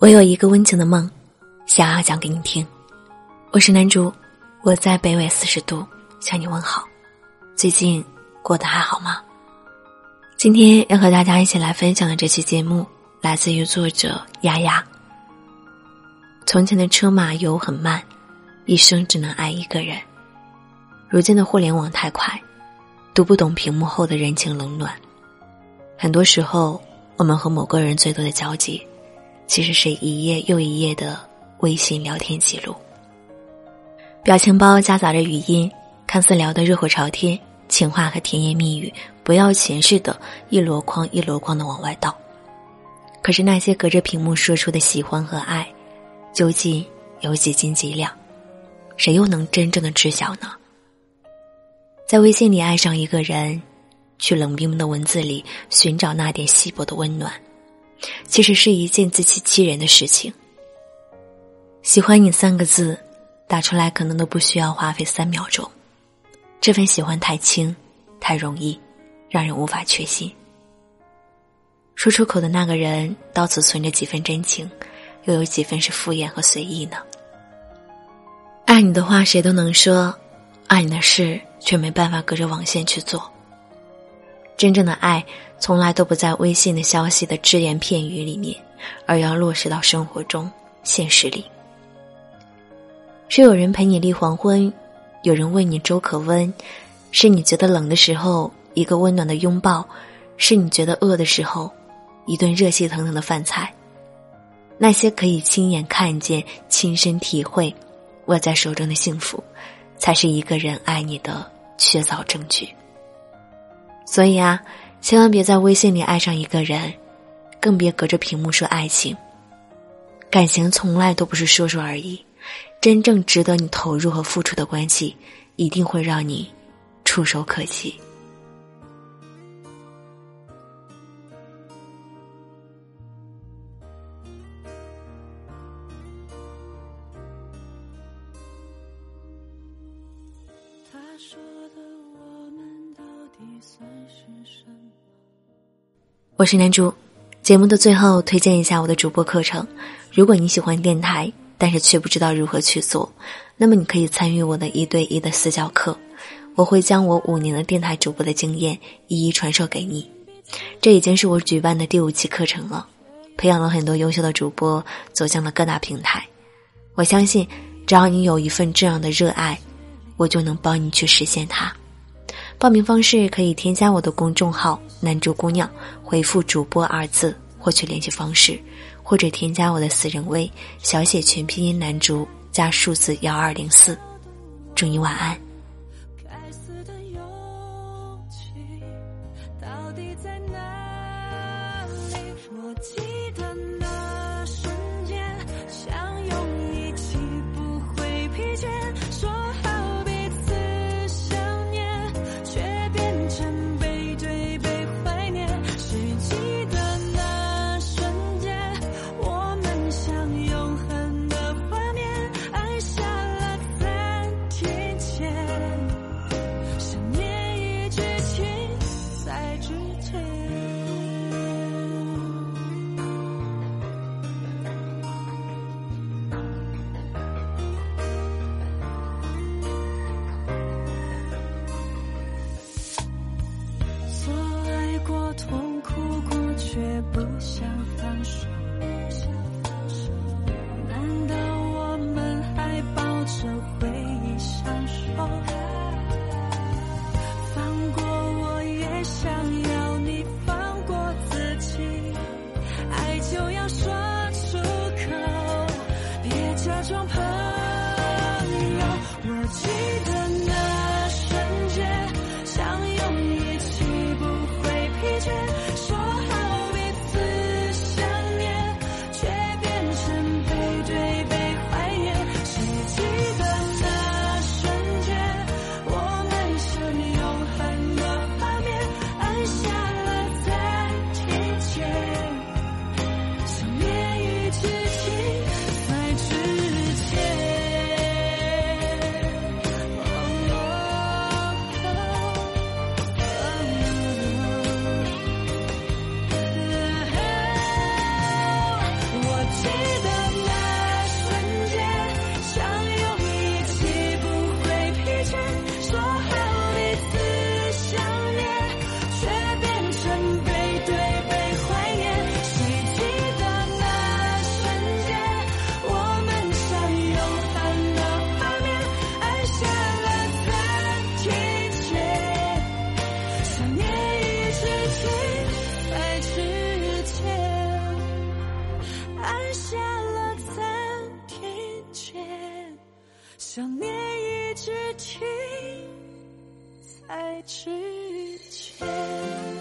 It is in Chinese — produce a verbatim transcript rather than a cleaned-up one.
我有一个温情的梦，想要讲给你听。我是南竹，我在北纬四十度向你问好。最近过得还好吗？今天要和大家一起来分享的这期节目来自于作者丫丫。从前的车马游很慢，一生只能爱一个人。如今的互联网太快，读不懂屏幕后的人情冷暖。很多时候我们和某个人最多的交集，其实是一页又一页的微信聊天记录。表情包夹杂着语音，看似聊得热火朝天，情话和甜言蜜语不要钱似的一箩筐一箩筐的往外倒。可是那些隔着屏幕说出的喜欢和爱，究竟有几斤几两？谁又能真正的知晓呢？在微信里爱上一个人，去冷冰冰的文字里寻找那点稀薄的温暖，其实是一件自欺欺人的事情。喜欢你三个字打出来可能都不需要花费三秒钟，这份喜欢太轻太容易，让人无法确信。说出口的那个人到此存着几分真情，又有几分是敷衍和随意呢？爱你的话谁都能说，爱你的事却没办法隔着网线去做。真正的爱从来都不在微信的消息的只言片语里面，而要落实到生活中现实里。是有人陪你立黄昏，有人为你粥可温，是你觉得冷的时候一个温暖的拥抱，是你觉得饿的时候一顿热气腾腾的饭菜。那些可以亲眼看见亲身体会握在手中的幸福，才是一个人爱你的确凿证据。所以啊，千万别在微信里爱上一个人，更别隔着屏幕说爱情。感情从来都不是说说而已，真正值得你投入和付出的关系，一定会让你触手可及。 他说的我们到底算是什么？ 我是南竹，节目的最后推荐一下我的主播课程。如果你喜欢电台，但是却不知道如何去做，那么你可以参与我的一对一的私教课，我会将我五年的电台主播的经验一一传授给你。这已经是我举办的第五期课程了，培养了很多优秀的主播，走向了各大平台。我相信只要你有一份这样的热爱，我就能帮你去实现它。报名方式可以添加我的公众号南竹姑娘，回复主播二字获取联系方式，或者添加我的私人微小写全拼音南竹加数字幺二零四。祝你晚安。 该死的勇气到底在哪里？我记得那瞬间相拥一起不会疲倦，说好彼此想念，却变成背对背怀念。只记得那瞬间我们像永恒的画面，按下了暂停键。 剩下了暂停键，想念一直停在之前。